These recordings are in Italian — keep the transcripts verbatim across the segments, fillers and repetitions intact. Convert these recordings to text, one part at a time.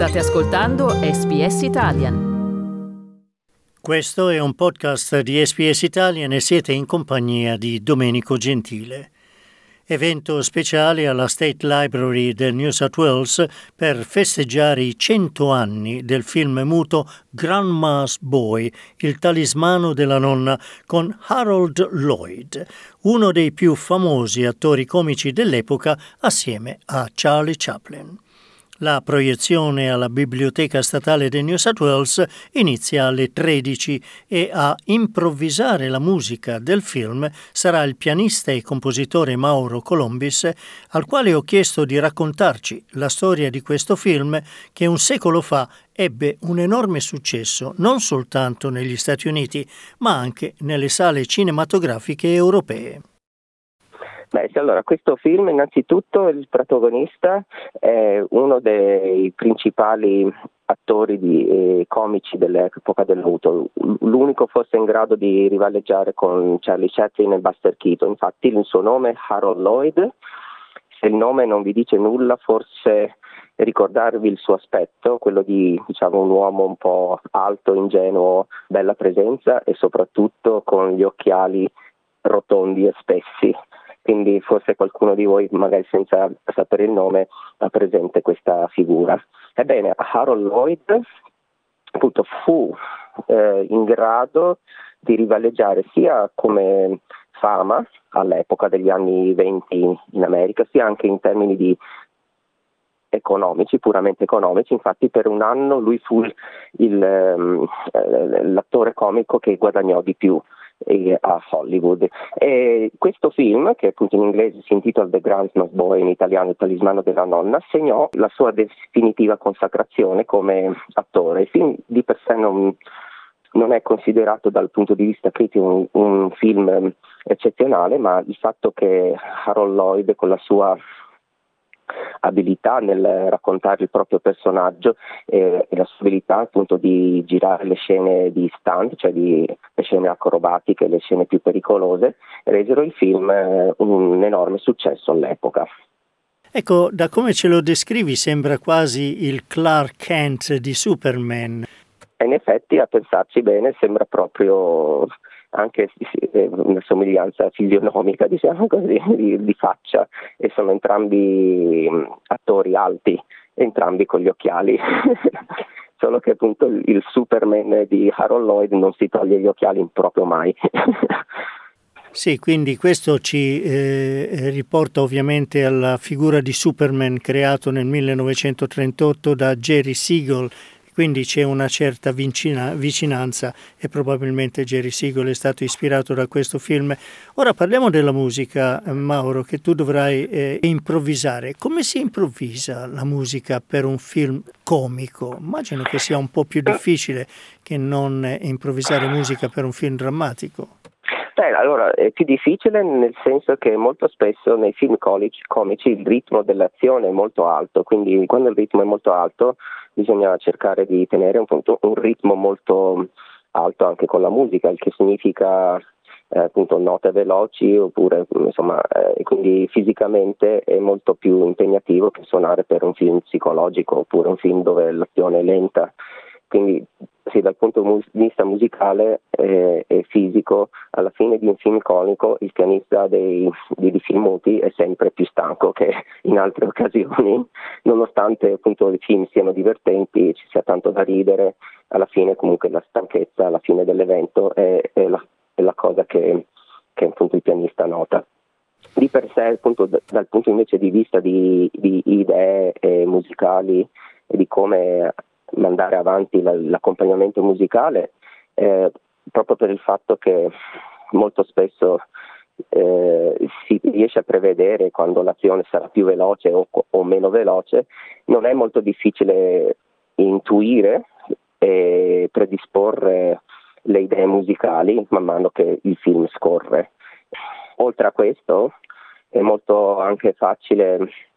State ascoltando S B S Italian. Questo è un podcast di S B S Italian e siete in compagnia di Domenico Gentile. Evento speciale alla State Library del New South Wales per festeggiare i cento anni del film muto Grandma's Boy, il talismano della nonna, con Harold Lloyd, uno dei più famosi attori comici dell'epoca assieme a Charlie Chaplin. La proiezione alla Biblioteca Statale del New South Wales inizia alle tredici e a improvvisare la musica del film sarà il pianista e compositore Mauro Colombis, al quale ho chiesto di raccontarci la storia di questo film che un secolo fa ebbe un enorme successo non soltanto negli Stati Uniti, ma anche nelle sale cinematografiche europee. Beh, sì, allora, questo film innanzitutto il protagonista è uno dei principali attori di, eh, comici dell'epoca dell'auto, l'unico forse in grado di rivaleggiare con Charlie Chaplin e Buster Keaton. Infatti il suo nome è Harold Lloyd. Se il nome non vi dice nulla, forse ricordarvi il suo aspetto, quello di diciamo un uomo un po' alto, ingenuo, bella presenza e soprattutto con gli occhiali rotondi e spessi. Quindi forse qualcuno di voi, magari senza sapere il nome, ha presente questa figura. Ebbene, Harold Lloyd appunto fu eh, in grado di rivaleggiare sia come fama all'epoca degli anni venti in America, sia anche in termini di economici, puramente economici. Infatti per un anno lui fu il, um, l'attore comico che guadagnò di più a Hollywood. E questo film, che appunto in inglese si intitola The Grandma's Boy, in italiano Il talismano della nonna, segnò la sua definitiva consacrazione come attore. Il film di per sé non, non è considerato dal punto di vista critico un, un film eccezionale, ma il fatto che Harold Lloyd, con la sua abilità nel raccontare il proprio personaggio eh, e la sua abilità appunto di girare le scene di stunt, cioè di, le scene acrobatiche, le scene più pericolose, resero il film eh, un enorme successo all'epoca. Ecco, da come ce lo descrivi sembra quasi il Clark Kent di Superman. E in effetti, a pensarci bene, sembra proprio anche una somiglianza fisionomica, diciamo così, di, di faccia, e sono entrambi attori alti, entrambi con gli occhiali, solo che appunto il, il Superman di Harold Lloyd non si toglie gli occhiali proprio mai. Sì, quindi questo ci eh, riporta ovviamente alla figura di Superman creato nel millenovecentotrentotto da Jerry Siegel. Quindi c'è una certa vicina, vicinanza e probabilmente Jerry Siegel è stato ispirato da questo film. Ora parliamo della musica, Mauro, che tu dovrai eh, improvvisare. Come si improvvisa la musica per un film comico? Immagino che sia un po' più difficile che non eh, improvvisare musica per un film drammatico. Beh, allora è più difficile nel senso che molto spesso nei film comici il ritmo dell'azione è molto alto, quindi quando il ritmo è molto alto bisogna cercare di tenere un, punto, un ritmo molto alto anche con la musica, il che significa eh, appunto note veloci, oppure insomma eh, quindi fisicamente è molto più impegnativo che suonare per un film psicologico oppure un film dove l'azione è lenta. Quindi sì, dal punto di vista musicale eh, e fisico, alla fine di un film comico il pianista dei, dei film muti è sempre più stanco che in altre occasioni, nonostante appunto i film siano divertenti, ci sia tanto da ridere, alla fine comunque la stanchezza alla fine dell'evento è, è, la, è la cosa che, che appunto il pianista nota. Di per sé appunto d- dal punto invece di vista di, di idee eh, musicali e di come mandare avanti la, l'accompagnamento musicale, eh, proprio per il fatto che molto spesso eh, si riesce a prevedere quando l'azione sarà più veloce o, o meno veloce, non è molto difficile intuire e predisporre le idee musicali man mano che il film scorre. Oltre a questo è molto anche facile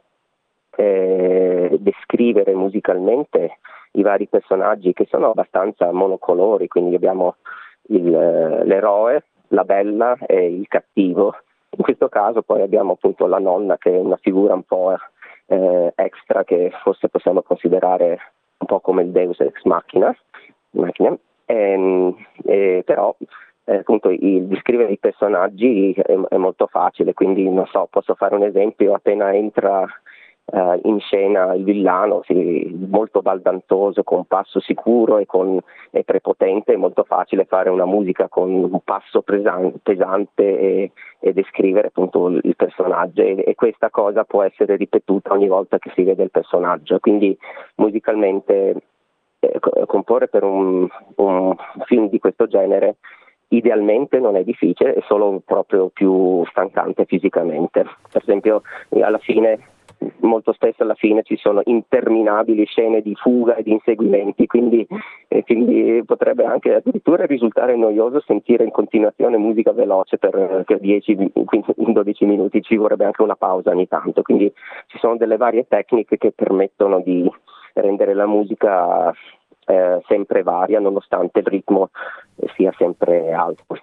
eh, descrivere musicalmente i vari personaggi, che sono abbastanza monocolori, quindi abbiamo il, l'eroe, la bella e il cattivo. In questo caso poi abbiamo appunto la nonna, che è una figura un po' eh, extra, che forse possiamo considerare un po' come il Deus Ex Machina, macchina, e, e però eh, appunto il descrivere i personaggi è, è molto facile, quindi non so, posso fare un esempio: appena entra Uh, in scena il villano, sì, molto baldanzoso, con passo sicuro e, con, e prepotente, è molto facile fare una musica con un passo pesante, pesante e, e descrivere appunto il, il personaggio, e, e questa cosa può essere ripetuta ogni volta che si vede il personaggio. Quindi musicalmente eh, comporre per un, un film di questo genere idealmente non è difficile, è solo proprio più stancante fisicamente. Per esempio alla fine, molto spesso alla fine ci sono interminabili scene di fuga e di inseguimenti, quindi, eh, quindi potrebbe anche addirittura risultare noioso sentire in continuazione musica veloce per, per dieci dodici minuti, ci vorrebbe anche una pausa ogni tanto. Quindi ci sono delle varie tecniche che permettono di rendere la musica eh, sempre varia, nonostante il ritmo sia sempre alto.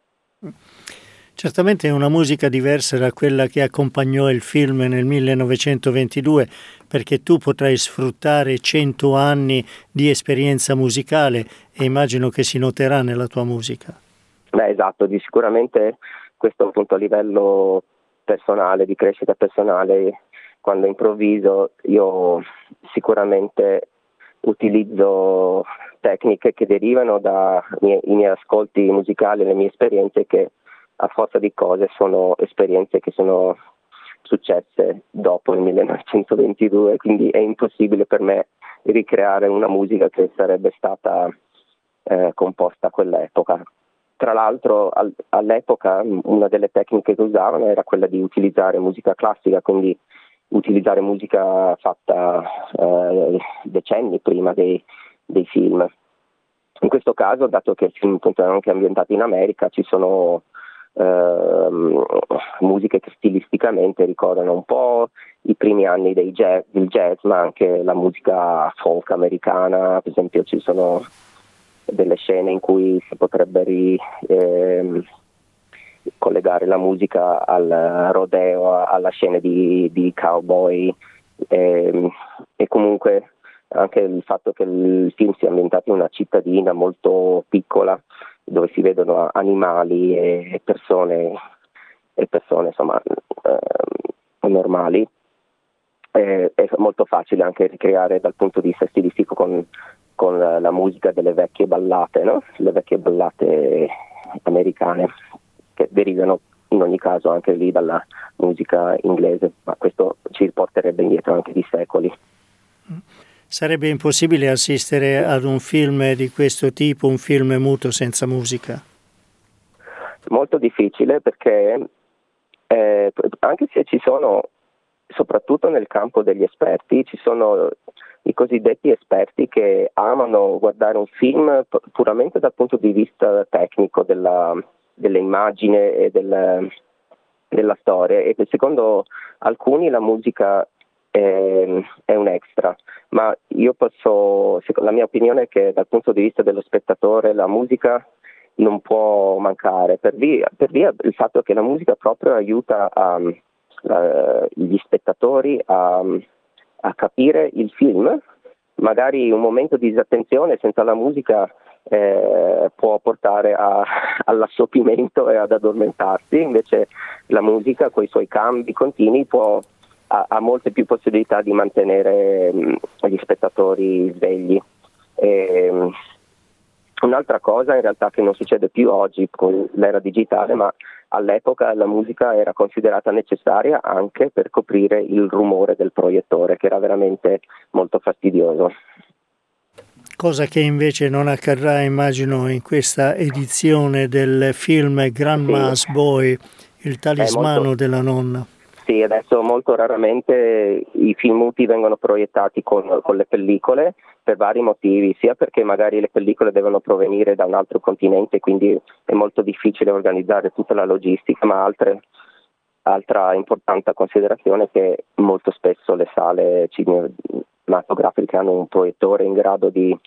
Certamente è una musica diversa da quella che accompagnò il film nel millenovecentoventidue, perché tu potrai sfruttare cento anni di esperienza musicale e immagino che si noterà nella tua musica. Beh, esatto, di sicuramente questo appunto a livello personale, di crescita personale, quando improvviso io sicuramente utilizzo tecniche che derivano dai miei, miei ascolti musicali, le mie esperienze, che a forza di cose sono esperienze che sono successe dopo il millenovecentoventidue, quindi è impossibile per me ricreare una musica che sarebbe stata eh, composta a quell'epoca. Tra l'altro al, all'epoca una delle tecniche che usavano era quella di utilizzare musica classica, quindi utilizzare musica fatta eh, decenni prima dei, dei film. In questo caso, dato che il film appunto è anche ambientato in America, ci sono Uh, musiche che stilisticamente ricordano un po' i primi anni dei jazz, del jazz, ma anche la musica folk americana. Per esempio ci sono delle scene in cui si potrebbe ri, eh, collegare la musica al rodeo, alla scena di, di cowboy, eh, e comunque anche il fatto che il film sia ambientato in una cittadina molto piccola, dove si vedono animali e persone e persone insomma eh, normali, eh, è molto facile anche ricreare dal punto di vista stilistico con, con la, la musica delle vecchie ballate, no? Le vecchie ballate americane, che derivano in ogni caso anche lì dalla musica inglese, ma questo ci porterebbe indietro anche di secoli. Sarebbe impossibile assistere ad un film di questo tipo, un film muto senza musica? Molto difficile, perché eh, anche se ci sono, soprattutto nel campo degli esperti, ci sono i cosiddetti esperti che amano guardare un film puramente dal punto di vista tecnico della, dell'immagine e del, della storia, e secondo alcuni la musica è un extra, ma io posso, la mia opinione è che dal punto di vista dello spettatore la musica non può mancare, per via, per via il fatto che la musica proprio aiuta a, a, gli spettatori a, a capire il film. Magari un momento di disattenzione senza la musica eh, può portare a, all'assopimento e ad addormentarsi, invece la musica con i suoi cambi continui può Ha, ha molte più possibilità di mantenere mh, gli spettatori svegli. E, mh, un'altra cosa in realtà che non succede più oggi con l'era digitale, ma all'epoca la musica era considerata necessaria anche per coprire il rumore del proiettore, che era veramente molto fastidioso. Cosa che invece non accadrà, immagino, in questa edizione del film Grandma's sì. Boy, il talismano molto... della nonna. Sì, adesso molto raramente i film muti vengono proiettati con, con le pellicole, per vari motivi, sia perché magari le pellicole devono provenire da un altro continente, quindi è molto difficile organizzare tutta la logistica, ma altre, altra importante considerazione è che molto spesso le sale cinematografiche hanno un proiettore in grado di,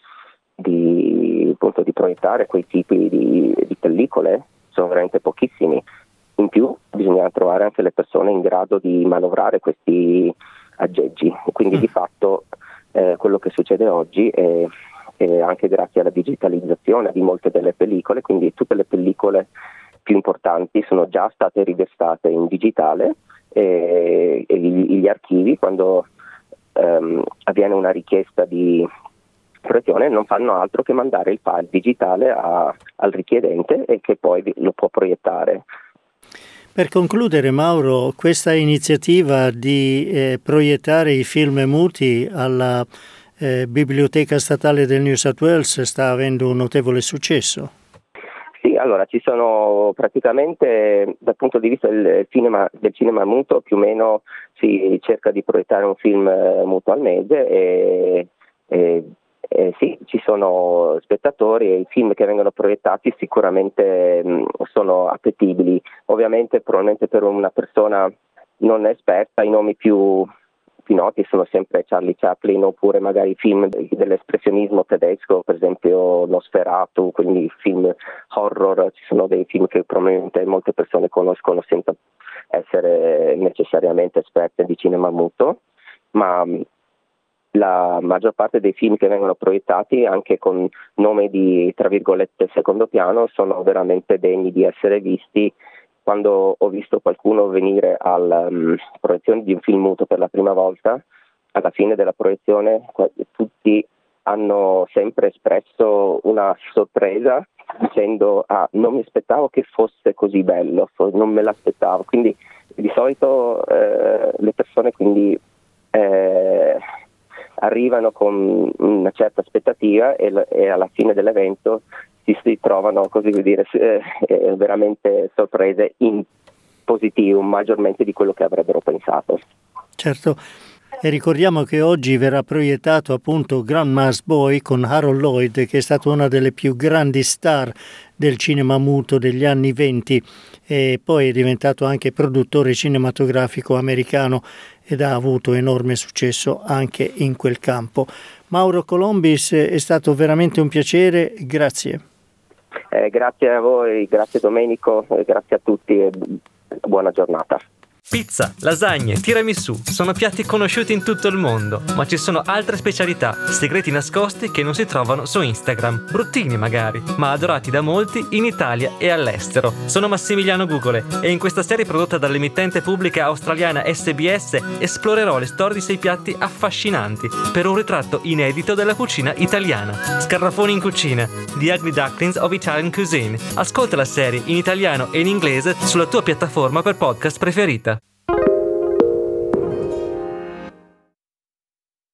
di, appunto, di proiettare quei tipi di, di pellicole, sono veramente pochissimi. In più bisogna trovare anche le persone in grado di manovrare questi aggeggi, quindi mm. di fatto eh, quello che succede oggi è, è anche grazie alla digitalizzazione di molte delle pellicole, quindi tutte le pellicole più importanti sono già state ridestate in digitale e, e gli, gli archivi, quando ehm, avviene una richiesta di proiezione, non fanno altro che mandare il file digitale a, al richiedente e che poi lo può proiettare. Per concludere, Mauro, questa iniziativa di eh, proiettare i film muti alla eh, Biblioteca Statale del New South Wales sta avendo un notevole successo. Sì, allora ci sono praticamente, dal punto di vista del cinema, del cinema muto, più o meno si cerca di proiettare un film eh, muto al mese e, e, e sì, ci sono spettatori e i film che vengono proiettati sicuramente mh, sono appetibili. Ovviamente probabilmente per una persona non esperta i nomi più più noti sono sempre Charlie Chaplin, oppure magari film dell'espressionismo tedesco, per esempio Nosferatu, quindi film horror. Ci sono dei film che probabilmente molte persone conoscono senza essere necessariamente esperte di cinema muto, ma la maggior parte dei film che vengono proiettati, anche con nome di, tra virgolette, secondo piano, sono veramente degni di essere visti. Quando ho visto qualcuno venire alla um, proiezione di un film muto per la prima volta, alla fine della proiezione tutti hanno sempre espresso una sorpresa dicendo ah, non mi aspettavo che fosse così bello, non me l'aspettavo. Quindi di solito eh, le persone quindi eh, arrivano con una certa aspettativa e, e alla fine dell'evento si trovano, così dire, eh, veramente sorprese in positivo, maggiormente di quello che avrebbero pensato. Certo, e ricordiamo che oggi verrà proiettato appunto Grandma's Boy con Harold Lloyd, che è stato una delle più grandi star del cinema muto degli anni venti e poi è diventato anche produttore cinematografico americano ed ha avuto enorme successo anche in quel campo. Mauro Colombis, è stato veramente un piacere, grazie. Eh, grazie a voi, grazie Domenico, eh, grazie a tutti e buona giornata. Pizza, lasagne, tiramisù sono piatti conosciuti in tutto il mondo, ma ci sono altre specialità, segreti nascosti che non si trovano su Instagram, bruttini magari, ma adorati da molti in Italia e all'estero. Sono Massimiliano Gugole e in questa serie prodotta dall'emittente pubblica australiana S B S esplorerò le storie di sei piatti affascinanti per un ritratto inedito della cucina italiana. Scarrafoni in cucina, The Ugly Ducklings of Italian Cuisine. Ascolta la serie in italiano e in inglese sulla tua piattaforma per podcast preferita.